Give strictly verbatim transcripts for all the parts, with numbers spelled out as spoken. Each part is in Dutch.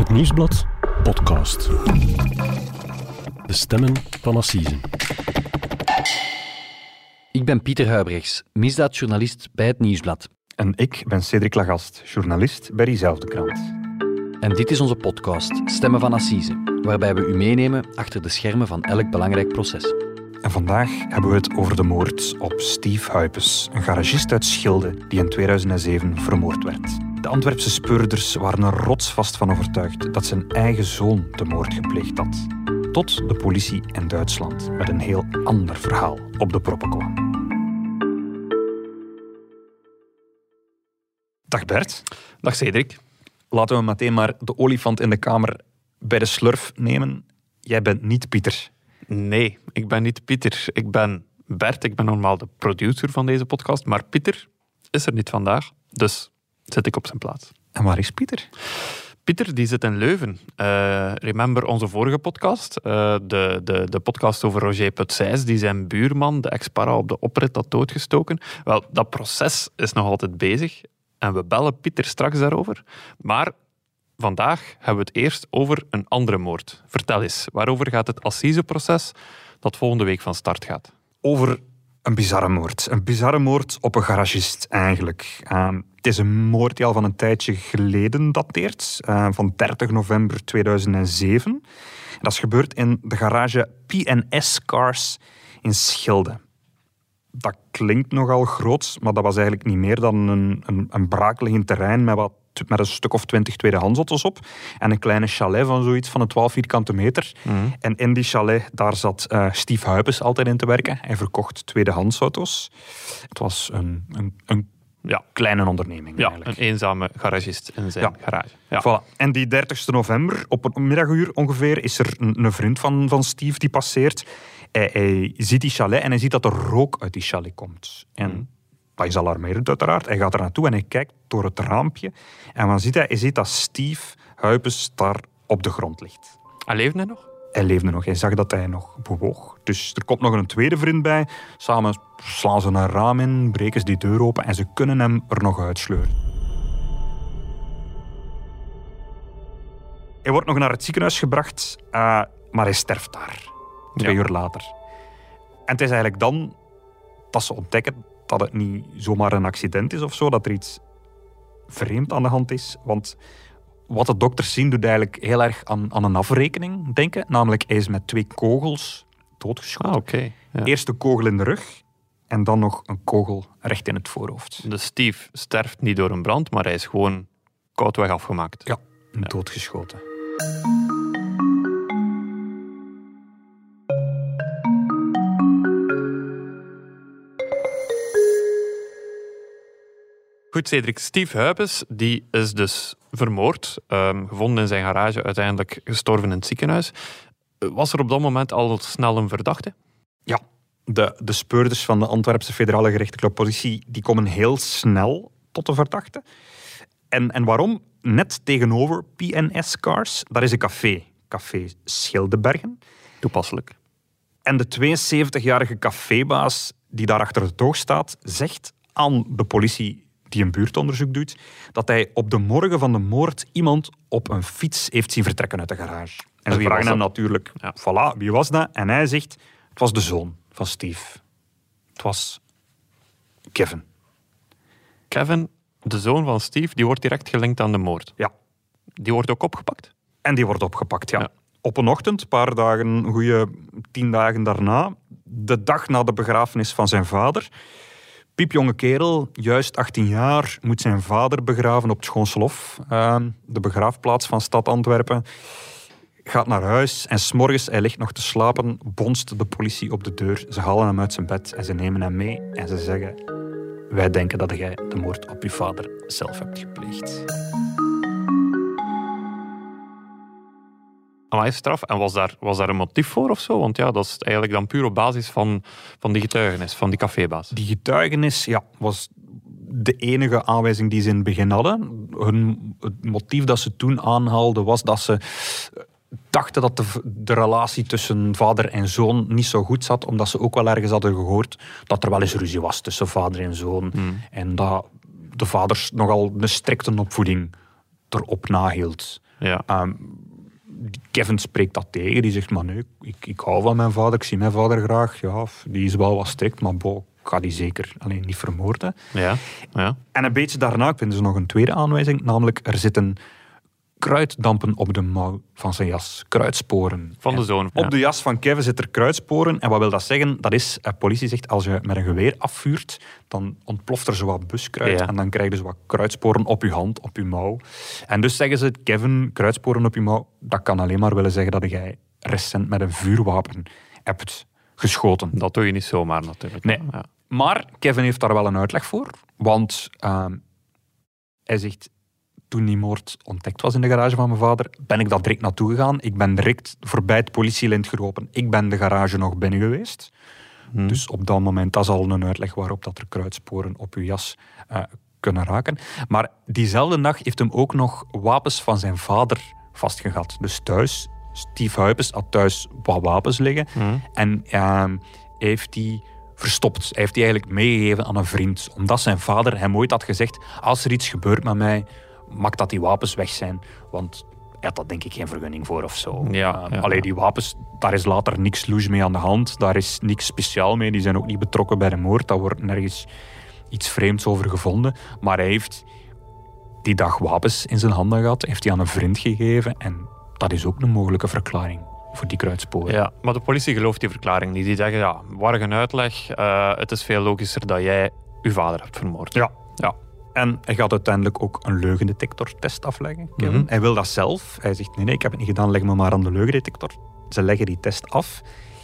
Het Nieuwsblad podcast. De stemmen van Assise. Ik ben Pieter Huybrechts, misdaadjournalist bij Het Nieuwsblad. En ik ben Cédric Lagast, journalist bij diezelfde krant. En dit is onze podcast Stemmen van Assise, waarbij we u meenemen achter de schermen van elk belangrijk proces. En vandaag hebben we het over de moord op Steve Huypes, een garagist uit Schilde die in tweeduizend zeven vermoord werd. De Antwerpse speurders waren er rotsvast van overtuigd dat zijn eigen zoon de moord gepleegd had. Tot de politie in Duitsland met een heel ander verhaal op de proppen kwam. Dag Bert. Dag Cédric. Laten we meteen maar de olifant in de kamer bij de slurf nemen. Jij bent niet Pieter. Nee, ik ben niet Pieter. Ik ben Bert. Ik ben normaal de producer van deze podcast. Maar Pieter is er niet vandaag. Dus zit ik op zijn plaats. En waar is Pieter? Pieter die zit in Leuven. Uh, remember onze vorige podcast? Uh, de, de, de podcast over Roger Putzijs, die zijn buurman, de ex-para op de oprit, had doodgestoken. Wel, dat proces is nog altijd bezig. En we bellen Pieter straks daarover. Maar vandaag hebben we het eerst over een andere moord. Vertel eens, waarover gaat het assiseproces dat volgende week van start gaat? Over een bizarre moord. Een bizarre moord op een garagist, eigenlijk. Uh, het is een moord die al van een tijdje geleden dateert, uh, van dertig november tweeduizend zeven. En dat is gebeurd in de garage P en S Cars in Schilde. Dat klinkt nogal groot, maar dat was eigenlijk niet meer dan een, een, een braakliggend terrein met, wat, met een stuk of twintig tweedehandsauto's op en een kleine chalet van zoiets van een twaalf vierkante meter. Mm. En in die chalet, daar zat uh, Steve Huypes altijd in te werken. Hij verkocht tweedehandsauto's. Het was een, een, een ja, kleine onderneming. Ja, eigenlijk. Een eenzame garagist in zijn ja. garage. Ja. Voilà. En die dertigste november, op een middaguur ongeveer, is er een, een vriend van, van Steve die passeert. Hij, hij ziet die chalet en hij ziet dat er rook uit die chalet komt. En mm. dat is alarmerend uiteraard. Hij gaat er naartoe en hij kijkt door het raampje. En wat ziet hij? Hij ziet dat Steve Huypes daar op de grond ligt. Hij leefde nog? Hij leefde nog. Hij zag dat hij nog bewoog. Dus er komt nog een tweede vriend bij. Samen slaan ze een raam in, breken ze die deur open en ze kunnen hem er nog uitsleuren. Hij wordt nog naar het ziekenhuis gebracht, uh, maar hij sterft daar. Twee ja. uur later. En het is eigenlijk dan dat ze ontdekken dat het niet zomaar een accident is of zo, dat er iets vreemd aan de hand is. Want wat de dokters zien, doet eigenlijk heel erg aan, aan een afrekening denken. Namelijk, hij is met twee kogels doodgeschoten. Ah, okay. Ja. Eerst de kogel in de rug en dan nog een kogel recht in het voorhoofd. Dus Steve sterft niet door een brand, maar hij is gewoon koudweg afgemaakt. Ja, ja. doodgeschoten. Goed, Cédric. Steve Huypes die is dus vermoord, um, gevonden in zijn garage, uiteindelijk gestorven in het ziekenhuis. Was er op dat moment al snel een verdachte? Ja, de, de speurders van de Antwerpse federale gerechtelijke politie die komen heel snel tot de verdachte. En, en waarom? Net tegenover P en S Cars, daar is een café. Café Schildebergen. Toepasselijk. En de tweeënzeventigjarige cafébaas die daar achter het oog staat, zegt aan de politie die een buurtonderzoek doet, dat hij op de morgen van de moord iemand op een fiets heeft zien vertrekken uit de garage. En ze vragen hem natuurlijk, ja. voilà, wie was dat? En hij zegt, het was de zoon van Steve. Het was Kevin. Kevin, de zoon van Steve, die wordt direct gelinkt aan de moord. Ja. Die wordt ook opgepakt? En die wordt opgepakt, ja. ja. Op een ochtend, een paar dagen, een goede tien dagen daarna, de dag na de begrafenis van zijn vader, piepjonge kerel, juist achttien jaar, moet zijn vader begraven op het Schoonselhof, uh, de begraafplaats van stad Antwerpen. Gaat naar huis en 's morgens, hij ligt nog te slapen, bonst de politie op de deur. Ze halen hem uit zijn bed en ze nemen hem mee en ze zeggen: wij denken dat jij de moord op je vader zelf hebt gepleegd. Amai, straf. En was daar, was daar een motief voor of zo? Want ja, dat is eigenlijk dan puur op basis van, van die getuigenis, van die cafébaas. Die getuigenis, ja, was de enige aanwijzing die ze in het begin hadden. Hun, het motief dat ze toen aanhaalden was dat ze dachten dat de, de relatie tussen vader en zoon niet zo goed zat, omdat ze ook wel ergens hadden gehoord dat er wel eens ruzie was tussen vader en zoon. Mm. En dat de vader nogal een strikte opvoeding erop nahield. Ja. Um, Kevin spreekt dat tegen. Die zegt, maar nee, ik, ik hou van mijn vader, ik zie mijn vader graag. Ja, die is wel wat strikt, maar bo, ik ga die zeker alleen niet vermoorden. Ja. Ja. En een beetje daarna vinden ze nog een tweede aanwijzing, namelijk er zitten kruiddampen op de mouw van zijn jas. Kruidsporen. Van de zoon. Ja. Ja. Op de jas van Kevin zitten er kruidsporen. En wat wil dat zeggen? Dat is, de politie zegt, als je met een geweer afvuurt, dan ontploft er zo wat buskruid. Ja. En dan krijg je zo wat kruidsporen op je hand, op je mouw. En dus zeggen ze, Kevin, kruidsporen op je mouw, dat kan alleen maar willen zeggen dat jij recent met een vuurwapen hebt geschoten. Dat doe je niet zomaar natuurlijk. Nee. Ja. Maar Kevin heeft daar wel een uitleg voor. Want uh, hij zegt, toen die moord ontdekt was in de garage van mijn vader, ben ik daar direct naartoe gegaan. Ik ben direct voorbij het politielint gelopen. Ik ben de garage nog binnen geweest. Hmm. Dus op dat moment, dat is al een uitleg waarop dat er kruidsporen op uw jas uh, kunnen raken. Maar diezelfde nacht heeft hem ook nog wapens van zijn vader vastgehad. Dus thuis, Steve Huypes had thuis wat wapens liggen. Hmm. En uh, heeft die verstopt. Hij heeft die eigenlijk meegegeven aan een vriend. Omdat zijn vader hem ooit had gezegd, als er iets gebeurt met mij, mag dat die wapens weg zijn. Want hij had daar denk ik geen vergunning voor of zo. Ja, uh, ja, Allee, ja. die wapens, daar is later niks louche mee aan de hand. Daar is niks speciaal mee. Die zijn ook niet betrokken bij de moord. Daar wordt nergens iets vreemds over gevonden. Maar hij heeft die dag wapens in zijn handen gehad. Heeft die aan een vriend gegeven. En dat is ook een mogelijke verklaring voor die kruidsporen. Ja, maar de politie gelooft die verklaring niet. Die zeggen, ja, warrig een uitleg. Uh, het is veel logischer dat jij uw vader hebt vermoord. Ja, ja. En hij gaat uiteindelijk ook een leugendetectortest afleggen, Kevin. Mm-hmm. Hij wil dat zelf. Hij zegt, nee, nee, ik heb het niet gedaan, leg me maar aan de leugendetector. Ze leggen die test af.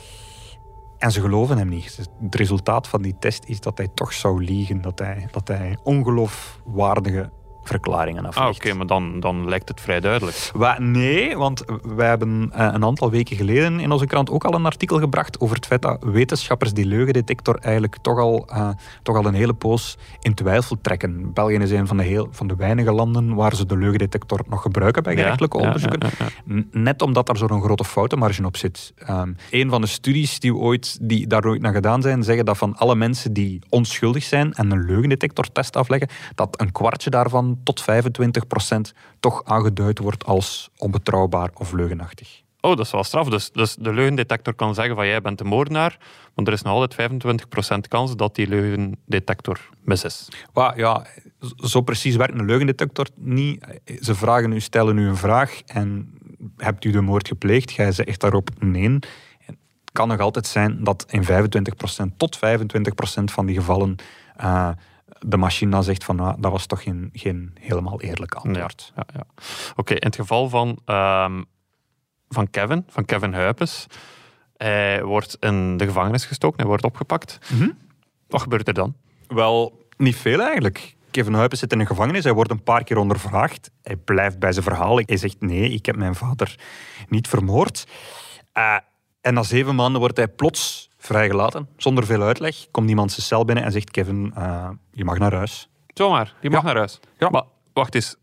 En ze geloven hem niet. Het resultaat van die test is dat hij toch zou liegen. Dat hij, dat hij ongeloofwaardige verklaringen aflegt. Ah, oké, okay, maar dan, dan lijkt het vrij duidelijk. Wa- nee, want wij hebben uh, een aantal weken geleden in onze krant ook al een artikel gebracht over het feit dat wetenschappers die leugendetector eigenlijk toch al, uh, toch al een hele poos in twijfel trekken. België is een van de, heel, van de weinige landen waar ze de leugendetector nog gebruiken bij gerechtelijke ja, onderzoeken. Ja, ja, ja, ja. Net omdat daar zo'n grote foutenmarge op zit. Um, een van de studies die, ooit, die daar ooit naar gedaan zijn, zeggen dat van alle mensen die onschuldig zijn en een leugendetectortest afleggen, dat een kwartje daarvan tot vijfentwintig procent toch aangeduid wordt als onbetrouwbaar of leugenachtig. Oh, dat is wel straf. Dus, dus de leugendetector kan zeggen van jij bent de moordenaar, want er is nog altijd vijfentwintig procent kans dat die leugendetector mis is. Well, ja, zo precies werkt een leugendetector niet. Ze vragen u, stellen u een vraag en hebt u de moord gepleegd? Jij zegt daarop nee. Het kan nog altijd zijn dat in vijfentwintig procent tot vijfentwintig procent van die gevallen uh, de machine dan zegt van, nou, dat was toch geen, geen helemaal eerlijk antwoord. Ja, ja, ja. Oké, okay, in het geval van, um, van Kevin, van Kevin Huypes, hij wordt in de gevangenis gestoken, hij wordt opgepakt. Mm-hmm. Wat gebeurt er dan? Wel, niet veel eigenlijk. Kevin Huypes zit in een gevangenis, hij wordt een paar keer ondervraagd. Hij blijft bij zijn verhaal. Hij zegt, nee, ik heb mijn vader niet vermoord. Uh, en na zeven maanden wordt hij plots vrijgelaten, zonder veel uitleg. Komt iemand zijn cel binnen en zegt, Kevin, uh, je mag naar huis. Zomaar, je mag ja. naar huis. Ja. Maar wacht eens,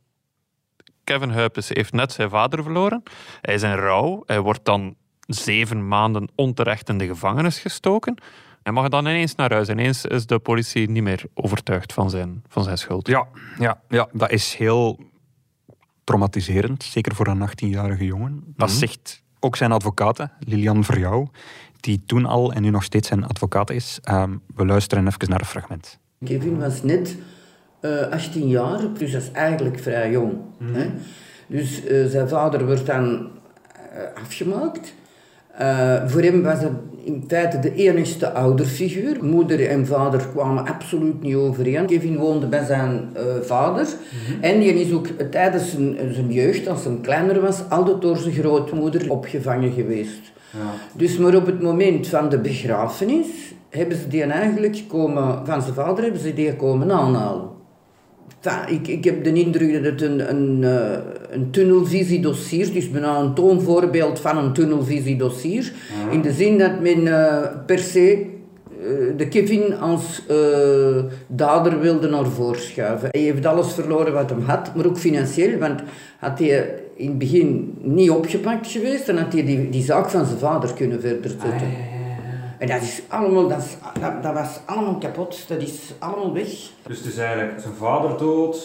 Kevin Huypes heeft net zijn vader verloren. Hij is in rouw. Hij wordt dan zeven maanden onterecht in de gevangenis gestoken. Hij mag dan ineens naar huis. Ineens is de politie niet meer overtuigd van zijn, van zijn schuld. Ja, ja, ja, dat is heel traumatiserend, zeker voor een achttienjarige jongen. Dat mm-hmm. zegt ook zijn advocaat, Lilian Verjouw, die toen al en nu nog steeds zijn advocaat is. Um, we luisteren even naar een fragment. Kevin was net uh, achttien jaar, dus dat is eigenlijk vrij jong. Mm. Hè? Dus uh, zijn vader wordt dan uh, afgemaakt. Uh, voor hem was dat in feite de enigste ouderfiguur. Moeder en vader kwamen absoluut niet overeen. Kevin woonde bij zijn uh, vader. Mm-hmm. En die is ook tijdens zijn, zijn jeugd, als hij kleiner was, altijd door zijn grootmoeder opgevangen geweest. Ja. Dus maar op het moment van de begrafenis hebben ze die eigenlijk komen, van zijn vader hebben ze die komen aanhalen. Enfin, ik, ik heb de indruk dat het een, een, een tunnelvisiedossier is, dus bijna een toonvoorbeeld van een tunnelvisiedossier. Ja. In de zin dat men uh, per se uh, de Kevin als uh, dader wilde naar voren schuiven. Hij heeft alles verloren wat hij had, maar ook financieel, want had hij in het begin niet opgepakt geweest, dan had hij die, die zaak van zijn vader kunnen verder zetten. Ah, ja, ja. En dat is allemaal, dat, is, dat, dat was allemaal kapot, dat is allemaal weg. Dus het is eigenlijk zijn vader dood,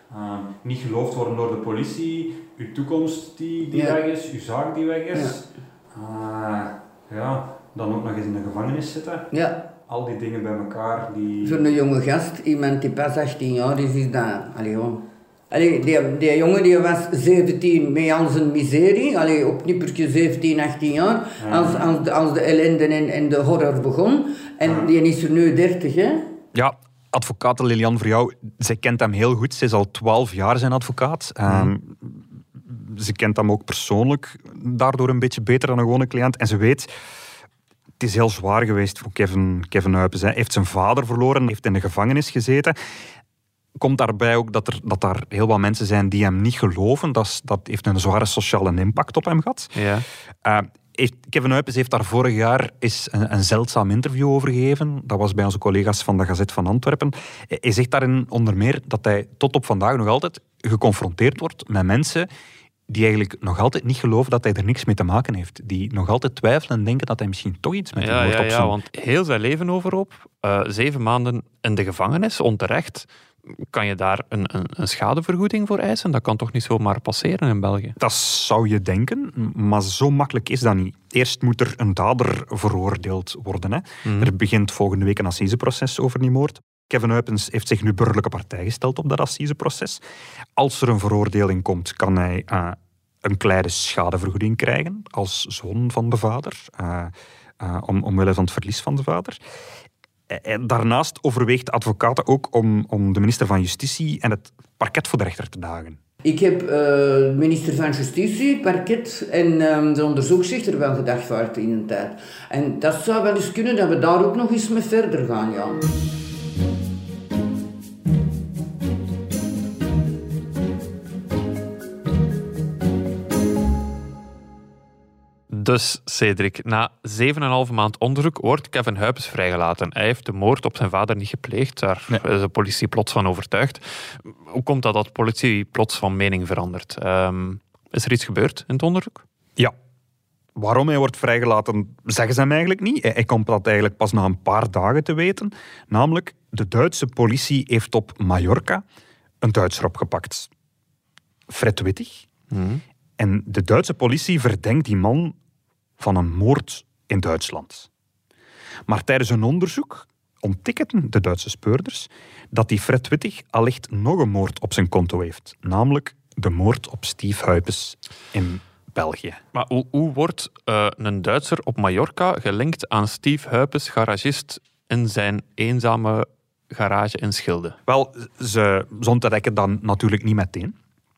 Uh, niet geloofd worden door de politie, uw toekomst die, die ja. weg is, uw zaak die weg is. Ja. Uh, ja, dan ook nog eens in de gevangenis zitten. Ja. Al die dingen bij elkaar die... Voor een jonge gast, iemand die pas achttien jaar is, is dat... Allee, hoor. Allee, die, die jongen die was zeventien met al zijn miserie, allee, op nippertje zeventien, achttien jaar, ja. als, als, de, als de ellende en, en de horror begon. En ja. die is er nu dertig, hè? Ja, advocaat Lilian, voor jou, zij kent hem heel goed. Ze is al twaalf jaar zijn advocaat. Mm. Um, ze kent hem ook persoonlijk, daardoor een beetje beter dan een gewone cliënt. En ze weet... Het is heel zwaar geweest voor Kevin, Kevin Huypens. Hij heeft zijn vader verloren, heeft in de gevangenis gezeten. Komt daarbij ook dat er dat daar heel wat mensen zijn die hem niet geloven. Dat, is, dat heeft een zware sociale impact op hem gehad. Ja. Uh, heeft, Kevin Huypens heeft daar vorig jaar eens een, een zeldzaam interview over gegeven. Dat was bij onze collega's van de Gazet van Antwerpen. Hij zegt daarin onder meer dat hij tot op vandaag nog altijd geconfronteerd wordt met mensen die eigenlijk nog altijd niet geloven dat hij er niks mee te maken heeft. Die nog altijd twijfelen en denken dat hij misschien toch iets met die ja, moord ja, op zijn... Ja, want heel zijn leven overhoop, uh, zeven maanden in de gevangenis, onterecht, kan je daar een, een, een schadevergoeding voor eisen? Dat kan toch niet zomaar passeren in België? Dat zou je denken, maar zo makkelijk is dat niet. Eerst moet er een dader veroordeeld worden. Hè. Mm. Er begint volgende week een assiseproces over die moord. Kevin Huypens heeft zich nu burgerlijke partij gesteld op dat assiseproces. Als er een veroordeling komt, kan hij uh, een kleine schadevergoeding krijgen als zoon van de vader, uh, uh, om, omwille van het verlies van de vader. En daarnaast overweegt de advocaat ook om, om de minister van Justitie en het parket voor de rechter te dagen. Ik heb uh, de minister van Justitie, het parket en uh, de onderzoeksrechter wel gedagvaard in een tijd. En dat zou wel eens kunnen dat we daar ook nog eens mee verder gaan, ja. Dus, Cedric, na zeven en een halve maand onderzoek wordt Kevin Huypens vrijgelaten. Hij heeft de moord op zijn vader niet gepleegd. Daar nee. is de politie plots van overtuigd. Hoe komt dat dat de politie plots van mening verandert? Um, is er iets gebeurd in het onderzoek? Ja. Waarom hij wordt vrijgelaten, zeggen ze hem eigenlijk niet. Hij komt dat eigenlijk pas na een paar dagen te weten. Namelijk, de Duitse politie heeft op Mallorca een Duitser opgepakt. Fred Wittig. Hmm. En de Duitse politie verdenkt die man van een moord in Duitsland. Maar tijdens een onderzoek ontdekken de Duitse speurders dat die Fred Wittig allicht nog een moord op zijn konto heeft. Namelijk de moord op Steve Huypens in België. Maar hoe, hoe wordt uh, een Duitser op Mallorca gelinkt aan Steve Huypens, garagist in zijn eenzame garage in Schilde? Wel, ze, ze ontdekken dan natuurlijk niet meteen.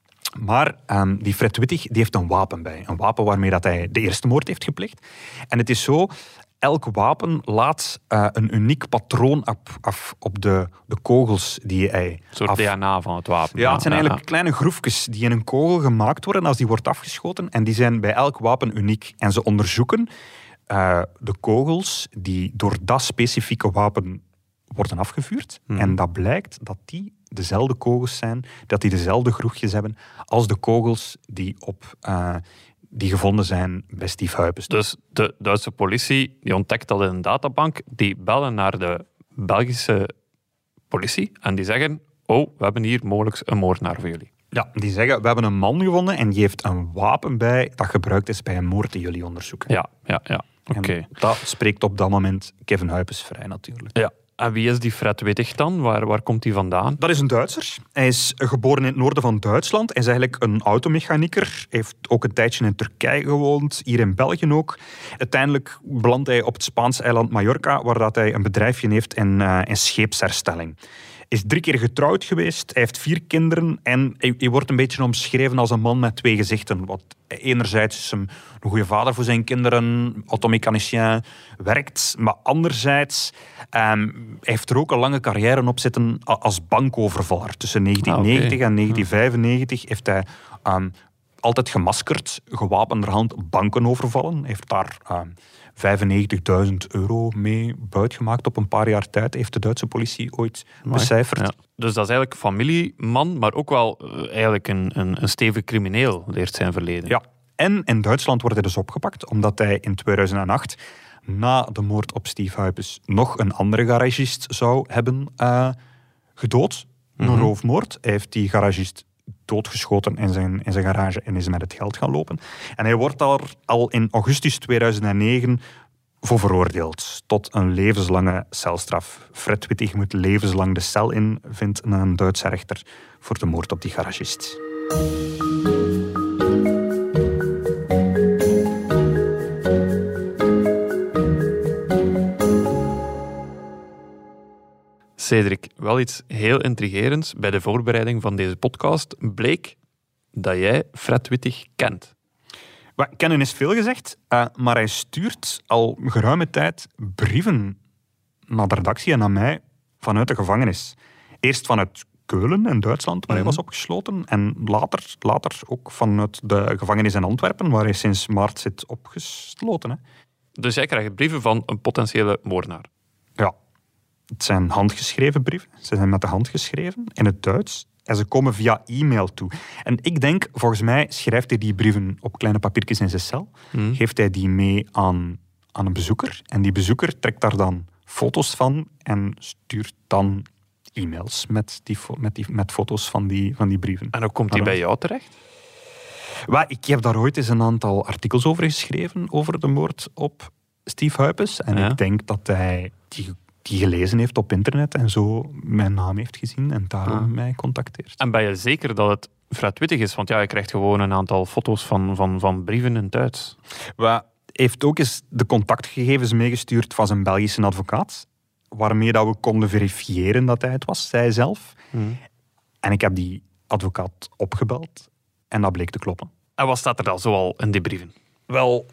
Maar um, die Fred Wittig die heeft een wapen bij. Een wapen waarmee dat hij de eerste moord heeft gepleegd. En het is zo, elk wapen laat uh, een uniek patroon af, af op de, de kogels die hij... Een soort af... D N A van het wapen. Ja, het zijn ja, eigenlijk ja. kleine groefjes die in een kogel gemaakt worden als die wordt afgeschoten. En die zijn bij elk wapen uniek. En ze onderzoeken uh, de kogels die door dat specifieke wapen worden afgevuurd. Hmm. En dat blijkt dat die dezelfde kogels zijn, dat die dezelfde groefjes hebben als de kogels die, op, uh, die gevonden zijn bij Steve Huypens. Dus de Duitse politie die ontdekt dat in een databank, die bellen naar de Belgische politie en die zeggen, oh, we hebben hier mogelijk een moordenaar voor jullie. Ja, die zeggen, we hebben een man gevonden en die heeft een wapen bij dat gebruikt is bij een moord die jullie onderzoeken. Ja, ja, ja. Oké. Okay. Dat spreekt op dat moment Kevin Huypens vrij natuurlijk. Ja. En wie is die Fred Wittig dan? Waar, waar komt hij vandaan? Dat is een Duitser. Hij is geboren in het noorden van Duitsland. Hij is eigenlijk een automechanieker. Hij heeft ook een tijdje in Turkije gewoond, hier in België ook. Uiteindelijk belandt hij op het Spaanse eiland Mallorca, waar dat hij een bedrijfje heeft in, uh, in scheepsherstelling. Hij is drie keer getrouwd geweest, hij heeft vier kinderen en hij, hij wordt een beetje omschreven als een man met twee gezichten. Wat enerzijds is hem een goede vader voor zijn kinderen, automechanicien, werkt, maar anderzijds um, hij heeft er ook een lange carrière op zitten als bankovervaller. Tussen negentien negentig ah, okay. en negentien vijfennegentig heeft hij um, altijd gemaskerd, gewapenderhand banken overvallen. Hij heeft daar um, vijfennegentigduizend euro mee buitgemaakt op een paar jaar tijd, heeft de Duitse politie ooit Amai. becijferd. Ja. Dus dat is eigenlijk familieman, maar ook wel uh, eigenlijk een, een, een stevig crimineel, leert zijn verleden. Ja, en in Duitsland wordt hij dus opgepakt, omdat hij in tweeduizend acht, na de moord op Steve Huypens, nog een andere garagist zou hebben uh, gedood. Een Mm-hmm. roofmoord. Hij heeft die garagist doodgeschoten in zijn, in zijn garage en is met het geld gaan lopen. En hij wordt daar al in augustus tweeduizend negen voor veroordeeld tot een levenslange celstraf. Fred Wittig moet levenslang de cel in, vindt een Duitse rechter, voor de moord op die garagist. Cedric, wel iets heel intrigerends. Bij de voorbereiding van deze podcast bleek dat jij Fred Wittig kent. Maar kennen is veel gezegd, uh, maar hij stuurt al geruime tijd brieven naar de redactie en naar mij vanuit de gevangenis. Eerst vanuit Keulen in Duitsland, waar hij was opgesloten. En later, later ook vanuit de gevangenis in Antwerpen, waar hij sinds maart zit opgesloten. Hè. Dus jij krijgt brieven van een potentiële moordenaar. Ja, het zijn handgeschreven brieven. Ze zijn met de hand geschreven in het Duits. En ze komen via e-mail toe. En ik denk, volgens mij schrijft hij die brieven op kleine papiertjes in zijn cel. Hmm. Geeft hij die mee aan, aan een bezoeker. En die bezoeker trekt daar dan foto's van en stuurt dan e-mails met, die, met, die, met foto's van die, van die brieven. En hoe komt die bij jou terecht? Well, ik heb daar ooit eens een aantal artikels over geschreven, over de moord op Steve Huypes. En Ja. ik denk dat hij die, die gelezen heeft op internet en zo mijn naam heeft gezien en daarom Ah. mij contacteert. En ben je zeker dat het Fred Wittig is? Want ja, je krijgt gewoon een aantal foto's van, van, van brieven in Duits. Hij heeft ook eens de contactgegevens meegestuurd van zijn Belgische advocaat, waarmee dat we konden verifiëren dat hij het was, zij zelf. Hmm. En ik heb die advocaat opgebeld en dat bleek te kloppen. En wat staat er dan zoal in die brieven? Wel,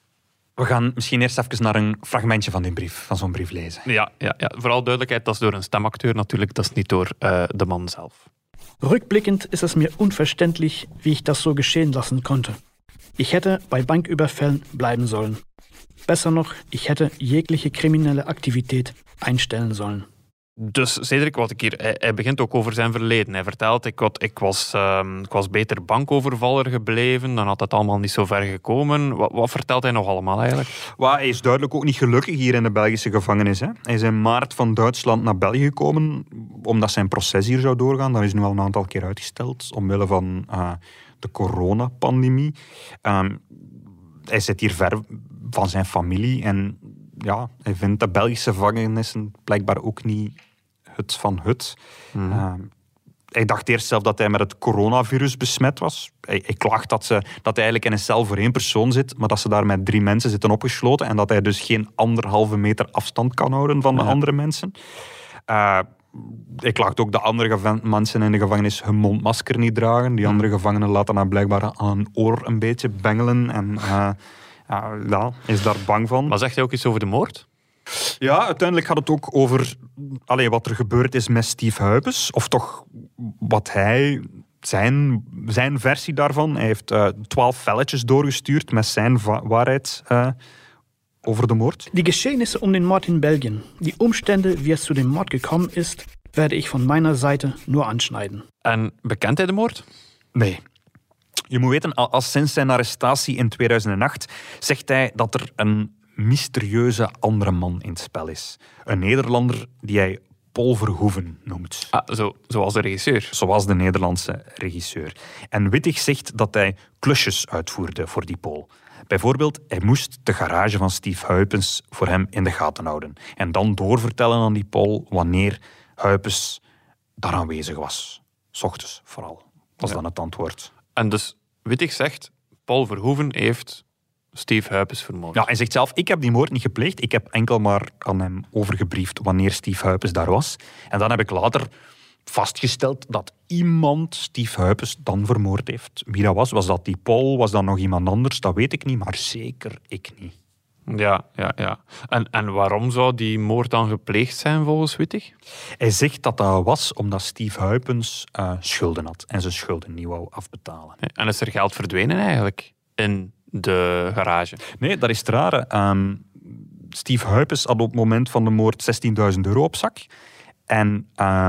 we gaan misschien eerst even naar een fragmentje van die brief, van zo'n brief lezen. Ja, ja, ja, vooral duidelijkheid, dat is door een stemacteur natuurlijk, dat is niet door uh, de man zelf. Rückblickend ist es mir unverständlich, wie ich das so geschehen lassen konnte. Ich hätte bei Banküberfällen bleiben sollen. Besser noch, ich hätte jegliche kriminelle Aktivität einstellen sollen. Dus Cedric, wat ik hier, hij, hij begint ook over zijn verleden. Hij vertelt, ik, wat, ik, was, uh, ik was beter bankovervaller gebleven, dan had het allemaal niet zo ver gekomen. Wat, wat vertelt hij nog allemaal eigenlijk? Well, hij is duidelijk ook niet gelukkig hier in de Belgische gevangenis. Hè. Hij is in maart van Duitsland naar België gekomen, omdat zijn proces hier zou doorgaan. Dat is nu al een aantal keer uitgesteld, omwille van uh, de coronapandemie. Um, hij zit hier ver van zijn familie en ja, hij vindt de Belgische gevangenissen blijkbaar ook niet het van het. Mm. Uh, hij dacht eerst zelf dat hij met het coronavirus besmet was. Hij, hij klaagt dat, ze, dat hij eigenlijk in een cel voor één persoon zit, maar dat ze daar met drie mensen zitten opgesloten en dat hij dus geen anderhalve meter afstand kan houden van de ja. andere mensen. Uh, hij klaagt ook dat andere gevan- mensen in de gevangenis hun mondmasker niet dragen. Die andere gevangenen laten dan blijkbaar aan hun oor een beetje bengelen en uh, uh, ja, is daar bang van. Maar zegt hij ook iets over de moord? Ja, uiteindelijk gaat het ook over allee, wat er gebeurd is met Steve Huypes. Of toch wat hij, zijn, zijn versie daarvan. Hij heeft uh, twaalf velletjes doorgestuurd met zijn va- waarheid uh, over de moord. Die Geschehnisse um den Mord in Belgien, die Umstände, wie es zu dem Mord gekommen ist, werde ich von meiner Seite nur anschneiden. En bekent hij de moord? Nee. Je moet weten, al sinds zijn arrestatie in tweeduizend acht zegt hij dat er een mysterieuze andere man in het spel is. Een Nederlander die hij Paul Verhoeven noemt. Ah, zo, zoals de regisseur. Zoals de Nederlandse regisseur. En Wittig zegt dat hij klusjes uitvoerde voor die Paul. Bijvoorbeeld, hij moest de garage van Steve Huypes voor hem in de gaten houden. En dan doorvertellen aan die Paul wanneer Huypes daar aanwezig was. 's Ochtends vooral, was ja. dan het antwoord. En dus Wittig zegt, Paul Verhoeven heeft Steve Huypes vermoord. Ja, hij zegt zelf, ik heb die moord niet gepleegd. Ik heb enkel maar aan hem overgebriefd wanneer Steve Huypes daar was. En dan heb ik later vastgesteld dat iemand Steve Huypes dan vermoord heeft. Wie dat was, was dat die Paul, was dat nog iemand anders? Dat weet ik niet, maar zeker ik niet. Ja, ja, ja. En, en waarom zou die moord dan gepleegd zijn volgens Wittig? Hij zegt dat dat was omdat Steve Huypes uh, schulden had en zijn schulden niet wou afbetalen. En is er geld verdwenen eigenlijk in de garage? Nee, dat is het rare. Um, Steve Huypes had op het moment van de moord zestienduizend euro op zak. En um,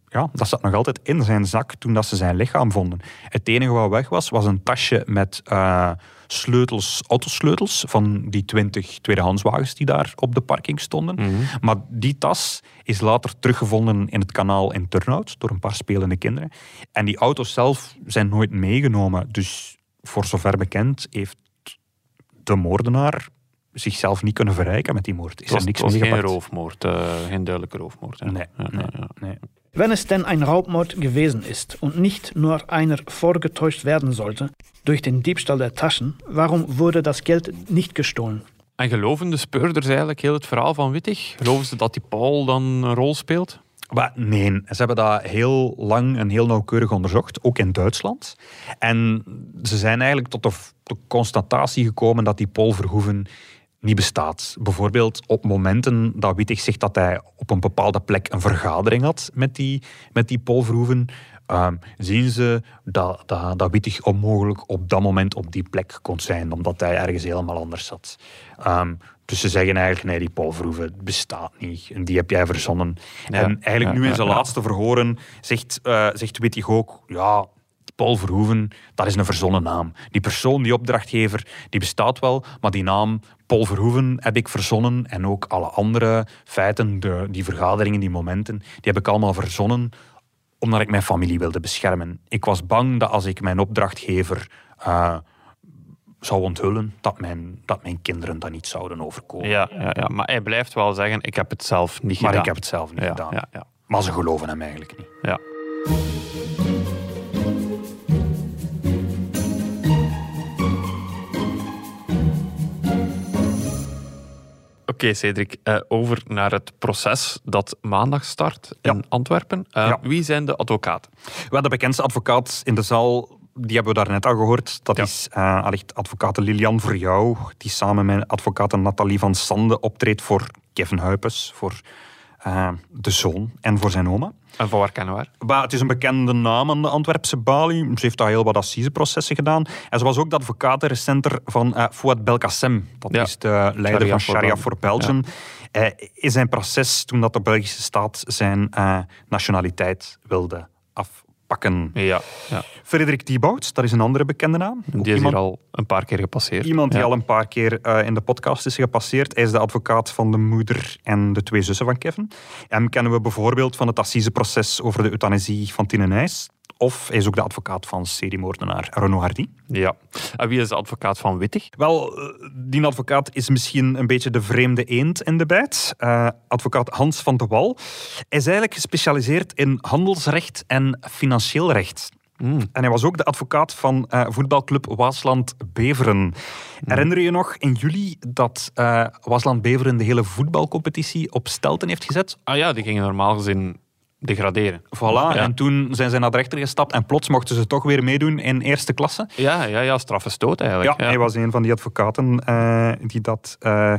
ja, dat zat nog altijd in zijn zak toen dat ze zijn lichaam vonden. Het enige wat weg was, was een tasje met uh, sleutels, autosleutels van die twintig tweedehandswagens die daar op de parking stonden. Mm-hmm. Maar die tas is later teruggevonden in het kanaal in Turnhout door een paar spelende kinderen. En die auto's zelf zijn nooit meegenomen. Dus voor zover bekend heeft de moordenaar zichzelf niet kunnen verrijken met die moord. Is het was, er niks was mee geen gepakt. roofmoord, uh, geen duidelijke roofmoord. Ja. Nee, ja, nee, ja, ja. nee. Wenn es denn ein Raubmord gewesen ist und nicht nur einer vorgetäuscht werden sollte durch den Diebstahl der Taschen, warum wurde das Geld nicht gestohlen? En geloven de speurders eigenlijk heel het verhaal van Wittig? Geloven ze dat die Paul dan een rol speelt? Maar nee, ze hebben dat heel lang en heel nauwkeurig onderzocht, ook in Duitsland. En ze zijn eigenlijk tot de, de constatatie gekomen dat die Paul Verhoeven niet bestaat. Bijvoorbeeld op momenten dat Wittig zegt dat hij op een bepaalde plek een vergadering had met die, met die Paul Verhoeven, um, zien ze dat, dat, dat Wittig onmogelijk op dat moment op die plek kon zijn, omdat hij ergens helemaal anders zat. Um, dus ze zeggen eigenlijk, nee, die Paul Verhoeven bestaat niet. En die heb jij verzonnen. Ja, en eigenlijk ja, nu in zijn ja, laatste ja. verhoren zegt, uh, zegt Wittig ook, ja, Paul Verhoeven, dat is een verzonnen naam. Die persoon, die opdrachtgever, die bestaat wel, maar die naam Paul Verhoeven heb ik verzonnen en ook alle andere feiten, de, die vergaderingen, die momenten, die heb ik allemaal verzonnen omdat ik mijn familie wilde beschermen. Ik was bang dat als ik mijn opdrachtgever uh, zou onthullen, dat mijn, dat mijn kinderen dat niet zouden overkomen. Ja, ja, ja, maar hij blijft wel zeggen, ik heb het zelf niet maar gedaan. Maar ik heb het zelf niet ja, gedaan. Ja, ja. Maar ze geloven hem eigenlijk niet. Ja. Oké, okay, Cedric, uh, over naar het proces dat maandag start in ja. Antwerpen. Uh, ja. Wie zijn de advocaten? Wel, de bekendste advocaat in de zaal, die hebben we daarnet al gehoord. Dat ja. is uh, allicht advocaat Lilian Verjouw, die samen met advocaat Nathalie van Sande optreedt voor Kevin Huypes, voor uh, de zoon en voor zijn oma. En van waar kennen we haar? Maar het is een bekende naam aan de Antwerpse balie. Ze heeft al heel wat assiseprocessen gedaan. En ze was ook de advocaat recenter van uh, Fouad Belkacem. Dat ja. is de leider Sharia van Sharia for Belgium. Ja. Uh, in zijn proces, toen dat de Belgische staat zijn uh, nationaliteit wilde afpakken. Ja. Ja. Frederik Thibaut, dat is een andere bekende naam. Die ook is iemand, hier al een paar keer gepasseerd. Iemand die ja. al een paar keer uh, in de podcast is gepasseerd. Hij is de advocaat van de moeder en de twee zussen van Kevin. Hem kennen we bijvoorbeeld van het assiseproces over de euthanasie van Tine Nijs. Of hij is ook de advocaat van seriemoordenaar Renaud Hardy. Ja. En wie is de advocaat van Wittig? Wel, die advocaat is misschien een beetje de vreemde eend in de bijt. Uh, advocaat Hans van de Wal. Hij is eigenlijk gespecialiseerd in handelsrecht en financieel recht. Mm. En hij was ook de advocaat van uh, voetbalclub Waasland-Beveren. Mm. Herinner je je nog in juli dat uh, Waasland-Beveren de hele voetbalcompetitie op stelten heeft gezet? Ah ja, die gingen normaal gezien degraderen. Voilà, ja. En toen zijn ze naar de rechter gestapt en plots mochten ze toch weer meedoen in eerste klasse. Ja, ja, ja, straffe stoot eigenlijk. Ja, ja. hij was een van die advocaten uh, die dat, uh,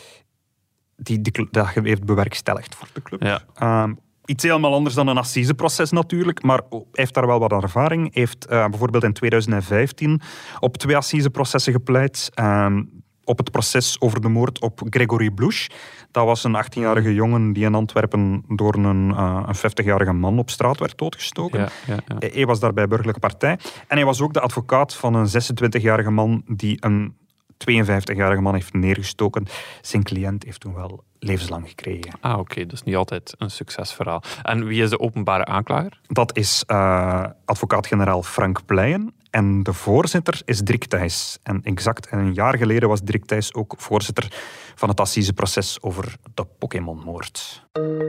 die, die, dat heeft bewerkstelligd voor de club. Ja. Um, Iets helemaal anders dan een assiseproces natuurlijk, maar hij heeft daar wel wat ervaring. Hij heeft uh, bijvoorbeeld in tweeduizend vijftien op twee assiseprocessen gepleit. Um, op het proces over de moord op Gregory Blouch. Dat was een achttienjarige jongen die in Antwerpen door een, uh, een vijftigjarige man op straat werd doodgestoken. Ja, ja, ja. Hij was daarbij burgerlijke partij. En hij was ook de advocaat van een zesentwintigjarige man die een tweeënvijftigjarige man heeft neergestoken. Zijn cliënt heeft toen wel levenslang gekregen. Ah, oké. Okay. Dus niet altijd een succesverhaal. En wie is de openbare aanklager? Dat is uh, advocaat-generaal Frank Pleyen. En de voorzitter is Dirk Thijs. En exact een jaar geleden was Dirk Thijs ook voorzitter van het assiseproces over de Pokémon-moord.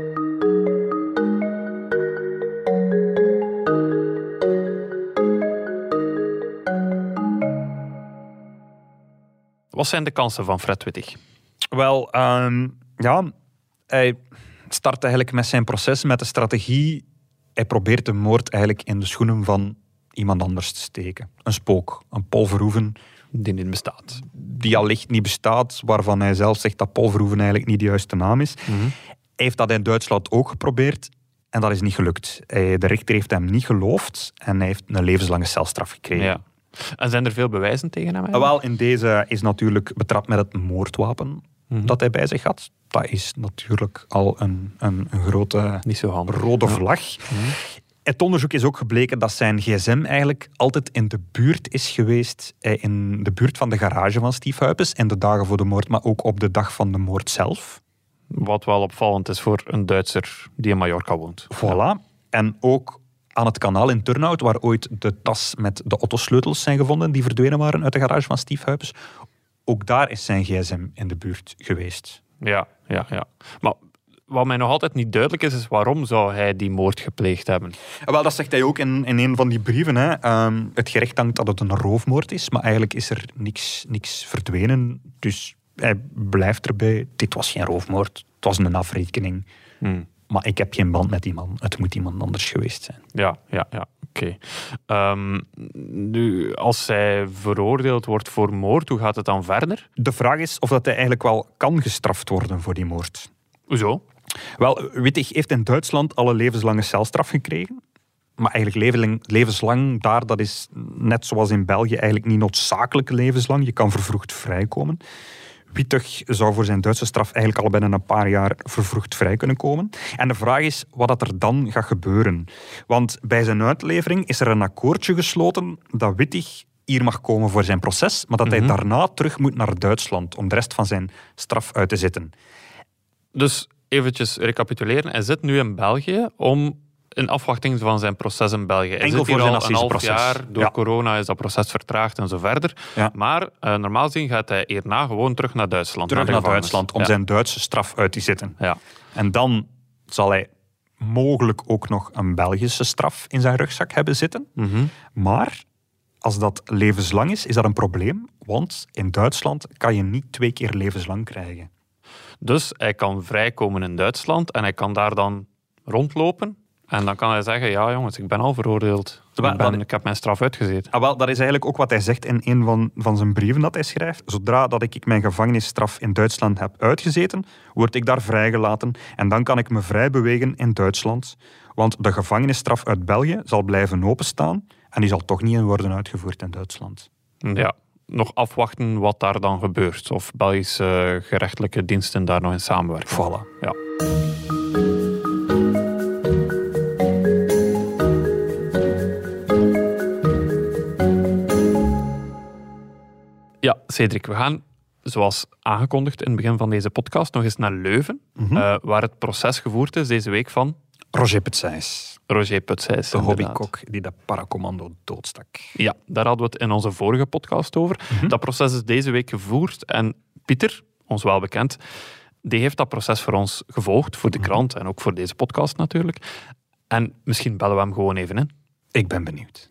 Wat zijn de kansen van Fred Wittig? Wel, um, ja, hij start eigenlijk met zijn proces met de strategie. Hij probeert de moord eigenlijk in de schoenen van iemand anders te steken. Een spook, een Paul Verhoeven. Die niet bestaat. Die allicht niet bestaat, waarvan hij zelf zegt dat Paul Verhoeven eigenlijk niet de juiste naam is. Mm-hmm. Hij heeft dat in Duitsland ook geprobeerd en dat is niet gelukt. Hij, de rechter heeft hem niet geloofd en hij heeft een levenslange celstraf gekregen. Ja. En zijn er veel bewijzen tegen hem? Wel, in deze is natuurlijk betrapt met het moordwapen. mm-hmm. dat hij bij zich had. Dat is natuurlijk al een, een, een grote Niet zo handig. rode vlag. Mm-hmm. Het onderzoek is ook gebleken dat zijn gsm eigenlijk altijd in de buurt is geweest, in de buurt van de garage van Steve Huypes in de dagen voor de moord, maar ook op de dag van de moord zelf. Wat wel opvallend is voor een Duitser die in Mallorca woont. Voilà. En ook aan het kanaal in Turnhout, waar ooit de tas met de autosleutels zijn gevonden, die verdwenen waren uit de garage van Steve Huypes. Ook daar is zijn gsm in de buurt geweest. Ja, ja, ja. Maar wat mij nog altijd niet duidelijk is, is waarom zou hij die moord gepleegd hebben? Wel, dat zegt hij ook in, in een van die brieven. Hè. Um, het gerecht denkt dat het een roofmoord is, maar eigenlijk is er niks, niks verdwenen. Dus hij blijft erbij. Dit was geen roofmoord, het was een afrekening. Hmm. Maar ik heb geen band met die man. Het moet iemand anders geweest zijn. Ja, ja, ja. Oké. Okay. Um, nu, als hij veroordeeld wordt voor moord, hoe gaat het dan verder? De vraag is of dat hij eigenlijk wel kan gestraft worden voor die moord. Hoezo? Wel, Wittig heeft in Duitsland al een levenslange celstraf gekregen. Maar eigenlijk levenslang daar, dat is net zoals in België eigenlijk niet noodzakelijk levenslang. Je kan vervroegd vrijkomen. Wittig zou voor zijn Duitse straf eigenlijk al binnen een paar jaar vervroegd vrij kunnen komen. En de vraag is wat er dan gaat gebeuren. Want bij zijn uitlevering is er een akkoordje gesloten dat Wittig hier mag komen voor zijn proces, maar dat mm-hmm. hij daarna terug moet naar Duitsland om de rest van zijn straf uit te zitten. Dus eventjes recapituleren. Hij zit nu in België om in afwachting van zijn proces in België. Hij Enkel zit hier voor zijn al een half assiseproces. jaar. Door ja. corona is dat proces vertraagd en zo verder. Ja. Maar uh, normaal gezien gaat hij hierna gewoon terug naar Duitsland. Terug naar, naar Duitsland om ja. zijn Duitse straf uit te zitten. Ja. En dan zal hij mogelijk ook nog een Belgische straf in zijn rugzak hebben zitten. Mm-hmm. Maar als dat levenslang is, is dat een probleem. Want in Duitsland kan je niet twee keer levenslang krijgen. Dus hij kan vrijkomen in Duitsland en hij kan daar dan rondlopen. En dan kan hij zeggen, ja jongens, ik ben al veroordeeld. Ik, ben, ik heb mijn straf uitgezeten. Ah, wel, dat is eigenlijk ook wat hij zegt in een van, van zijn brieven dat hij schrijft. Zodra dat ik mijn gevangenisstraf in Duitsland heb uitgezeten, word ik daar vrijgelaten. En dan kan ik me vrij bewegen in Duitsland. Want de gevangenisstraf uit België zal blijven openstaan. En die zal toch niet worden uitgevoerd in Duitsland. Ja, nog afwachten wat daar dan gebeurt. Of Belgische gerechtelijke diensten daar nog in samenwerken. Voilà. Ja. Ja, Cedric, we gaan, zoals aangekondigd in het begin van deze podcast, nog eens naar Leuven, mm-hmm. uh, waar het proces gevoerd is deze week van Roger Putzijs. Roger Putzijs, de hobbykok die de paracommando doodstak. Ja, daar hadden we het in onze vorige podcast over. Mm-hmm. Dat proces is deze week gevoerd en Pieter, ons wel bekend, die heeft dat proces voor ons gevolgd, voor de krant en ook voor deze podcast natuurlijk. En misschien bellen we hem gewoon even in. Ik ben benieuwd.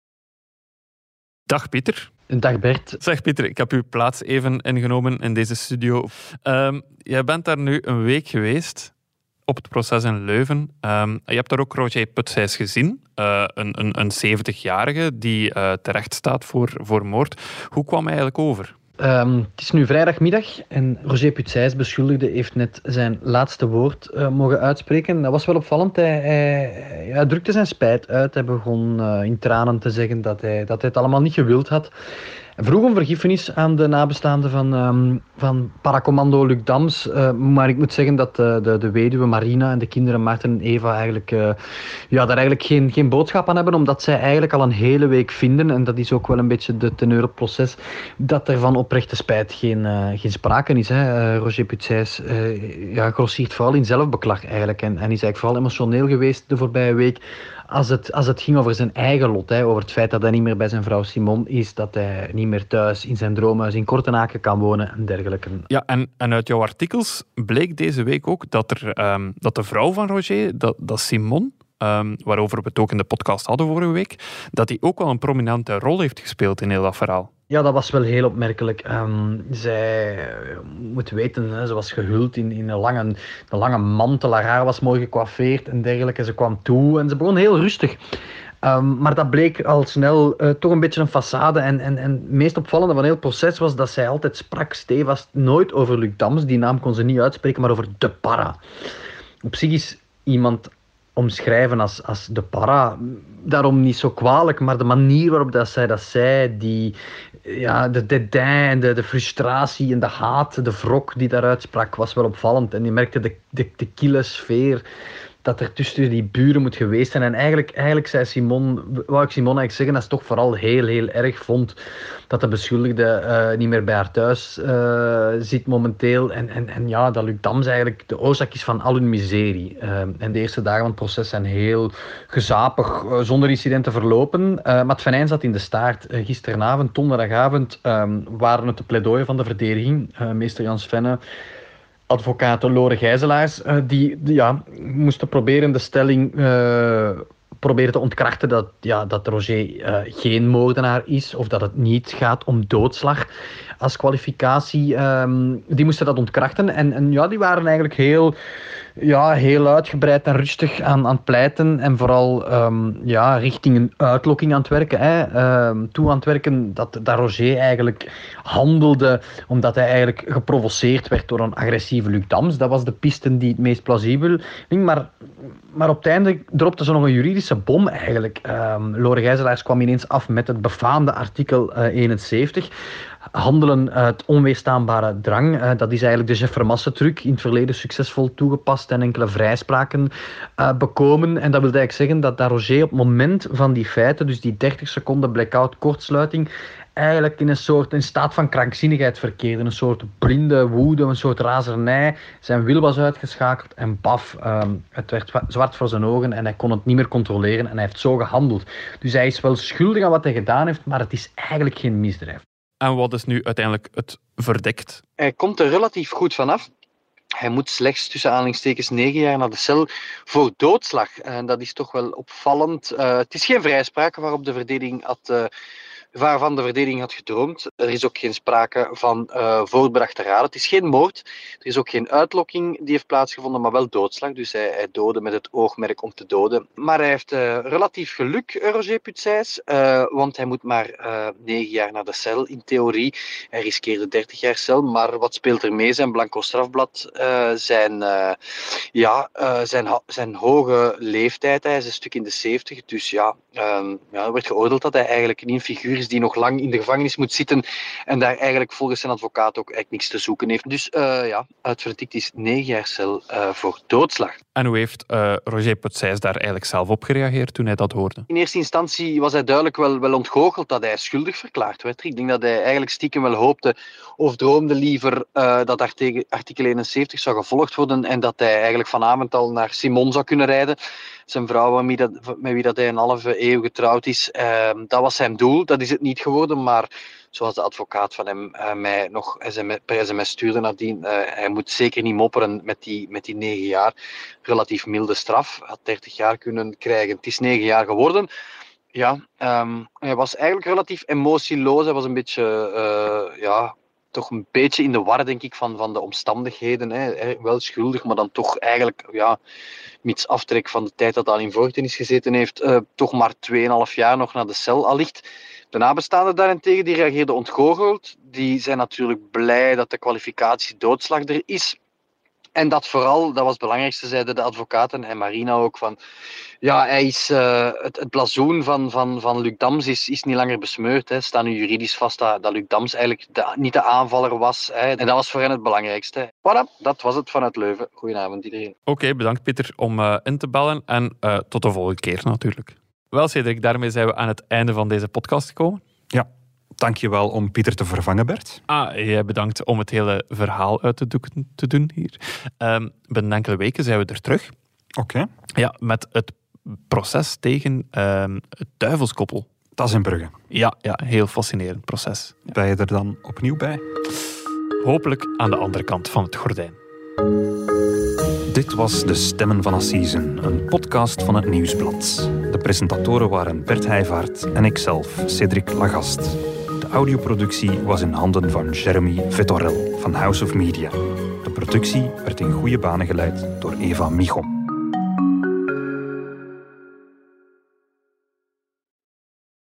Dag Pieter. Dag Bert. Zeg Pieter, ik heb uw plaats even ingenomen in deze studio. Um, jij bent daar nu een week geweest op het proces in Leuven. Um, je hebt daar ook Roger Putzijs gezien, uh, een, een, een zeventigjarige die uh, terecht staat voor, voor moord. Hoe kwam hij eigenlijk over? Um, het is nu vrijdagmiddag en Roger Putzijs, beschuldigde, heeft net zijn laatste woord uh, mogen uitspreken. Dat was wel opvallend. Hij, hij, hij drukte zijn spijt uit. Hij begon uh, in tranen te zeggen dat hij, dat hij het allemaal niet gewild had. Hij vroeg om vergiffenis aan de nabestaanden van, um, van paracommando Luc Dams. Uh, maar ik moet zeggen dat uh, de, de weduwe Marina en de kinderen Maarten en Eva eigenlijk, uh, ja, daar eigenlijk geen, geen boodschap aan hebben, omdat zij eigenlijk al een hele week vinden, en dat is ook wel een beetje de teneur op het proces, dat er van oprechte spijt geen, uh, geen sprake is. Hè. Uh, Roger Putzijs uh, ja, grossiert vooral in zelfbeklag eigenlijk en, en is eigenlijk vooral emotioneel geweest de voorbije week. Als het, als het ging over zijn eigen lot, hè, over het feit dat hij niet meer bij zijn vrouw Simon is, dat hij niet meer thuis in zijn droomhuis in Kortenaken kan wonen en dergelijke. Ja, en, en uit jouw artikels bleek deze week ook dat, er, um, dat de vrouw van Roger, dat, dat Simon, um, waarover we het ook in de podcast hadden vorige week, dat die ook wel een prominente rol heeft gespeeld in heel dat verhaal. Ja, dat was wel heel opmerkelijk. Um, zij, uh, moet weten, hè, ze was gehuld in, in een, lange, een lange mantel. Haar haar was mooi gecoiffeerd en dergelijke. Ze kwam toe en ze begon heel rustig. Um, maar dat bleek al snel uh, toch een beetje een façade. En, en, en het meest opvallende van heel het proces was dat zij altijd sprak, stevast, nooit over Luc Dams. Die naam kon ze niet uitspreken, maar over de para. Op zich is iemand omschrijven als, als de para. Daarom niet zo kwalijk, maar de manier waarop dat zij dat zei, die, ja, de dédain, de, de frustratie en de haat, de wrok die daaruit sprak, was wel opvallend. En je merkte de, de, de kille sfeer dat er tussen die buren moet geweest zijn. En eigenlijk, eigenlijk zei Simon, wou ik Simon eigenlijk zeggen, dat ze toch vooral heel, heel erg vond dat de beschuldigde uh, niet meer bij haar thuis uh, zit momenteel. En, en, en ja, dat Luc Dams eigenlijk de oorzaak is van al hun miserie. Uh, en de eerste dagen van het proces zijn heel gezapig, uh, zonder incidenten verlopen. Uh, maar het venijn zat in de staart. Uh, gisteravond, donderdagavond, um, waren het de pleidooien van de verdediging. Uh, meester Jan Svenne, advocaat Lore Gijzelaars, uh, die, die ja, moesten proberen de stelling uh, proberen te ontkrachten dat, ja, dat Roger uh, geen moordenaar is of dat het niet gaat om doodslag als kwalificatie. Um, die moesten dat ontkrachten en, en ja, die waren eigenlijk heel, ja, heel uitgebreid en rustig aan, aan het pleiten en vooral um, ja, richting een uitlokking aan het werken. Hè. Um, toe aan het werken dat, dat Roger eigenlijk handelde omdat hij eigenlijk geprovoceerd werd door een agressieve Luc Dams. Dat was de piste die het meest plausibel ging, maar, maar op het einde dropte ze nog een juridische bom eigenlijk. Um, Lore Gijzelaars kwam ineens af met het befaamde artikel uh, eenenzeventig. Handelen uit onweerstaanbare drang. Uh, dat is eigenlijk de Jeff Vermassen-truc, in het verleden succesvol toegepast en enkele vrijspraken uh, bekomen. En dat wil eigenlijk zeggen dat, dat Roger op het moment van die feiten, dus die dertig seconden blackout kortsluiting, eigenlijk in een soort in staat van krankzinnigheid verkeerde. Een soort blinde woede, een soort razernij. Zijn wil was uitgeschakeld en baf, um, het werd zwart voor zijn ogen en hij kon het niet meer controleren en hij heeft zo gehandeld. Dus hij is wel schuldig aan wat hij gedaan heeft, maar het is eigenlijk geen misdrijf. En wat is nu uiteindelijk het verdict? Hij komt er relatief goed vanaf. Hij moet slechts tussen aanhalingstekens negen jaar naar de cel voor doodslag. En dat is toch wel opvallend. Uh, het is geen vrijspraak waarop de verdediging had, uh, waarvan de verdediging had gedroomd. Er is ook geen sprake van uh, voorbedachte raden. Het is geen moord. Er is ook geen uitlokking die heeft plaatsgevonden, maar wel doodslag. Dus hij, hij doodde met het oogmerk om te doden. Maar hij heeft uh, relatief geluk, Roger Putsijs, uh, want hij moet maar uh, negen jaar naar de cel in theorie. Hij riskeerde dertig jaar cel, maar wat speelt er mee? Zijn blanco strafblad, uh, zijn, uh, ja, uh, zijn, zijn hoge leeftijd. Hij is een stuk in de zeventig, dus ja, um, ja, er werd geoordeeld dat hij eigenlijk niet een figuur is die nog lang in de gevangenis moet zitten en daar eigenlijk volgens zijn advocaat ook eigenlijk niks te zoeken heeft. Dus uh, ja, het verdict is negen jaar cel uh, voor doodslag. En hoe heeft uh, Roger Putsijs daar eigenlijk zelf op gereageerd toen hij dat hoorde? In eerste instantie was hij duidelijk wel, wel ontgoocheld dat hij schuldig verklaard werd. Ik denk dat hij eigenlijk stiekem wel hoopte of droomde liever uh, dat artikel eenenzeventig zou gevolgd worden en dat hij eigenlijk vanavond al naar Simon zou kunnen rijden. Zijn vrouw met wie dat, met wie dat hij een halve eeuw getrouwd is. Uh, dat was zijn doel, dat is het niet geworden, maar zoals de advocaat van hem uh, mij nog per sms stuurde nadien, uh, hij moet zeker niet mopperen met die, met die negen jaar. Relatief milde straf, had dertig jaar kunnen krijgen. Het is negen jaar geworden. Ja, um, hij was eigenlijk relatief emotieloos. Hij was een beetje, uh, ja, toch een beetje in de war, denk ik, van, van de omstandigheden. Hè. Wel schuldig, maar dan toch eigenlijk, ja, mits aftrek van de tijd dat hij al in voorgetenis gezeten heeft, uh, toch maar tweeënhalf jaar nog naar de cel allicht. De nabestaanden daarentegen, die reageerden ontgoocheld. Die zijn natuurlijk blij dat de kwalificatie doodslag er is. En dat vooral, dat was het belangrijkste, zeiden de advocaten en Marina ook, van ja, hij is, uh, het, het blazoen van, van, van Luc Dams is, is niet langer besmeurd. Hè. Staat nu juridisch vast dat, dat Luc Dams eigenlijk de, niet de aanvaller was. Hè. En dat was voor hen het belangrijkste. Voilà, dat was het vanuit Leuven. Goedenavond iedereen. Oké, okay, bedankt Pieter om uh, in te bellen en uh, tot de volgende keer natuurlijk. Wel Cedric, daarmee zijn we aan het einde van deze podcast gekomen. Ja. Dankjewel om Pieter te vervangen, Bert. Ah, jij bedankt om het hele verhaal uit te, doeken, te doen hier. Um, binnen enkele weken zijn we er terug. Oké. Okay. Ja, met het proces tegen um, het duivelskoppel. Dat is in Brugge. Ja, ja, heel fascinerend proces. Ja. Ben je er dan opnieuw bij? Hopelijk aan de andere kant van het gordijn. Dit was De Stemmen van Assisen, een podcast van het Nieuwsblad. De presentatoren waren Bert Heijvaart en ikzelf, Cedric Lagast. De audioproductie was in handen van Jeremy Vettorel van House of Media. De productie werd in goede banen geleid door Eva Michom.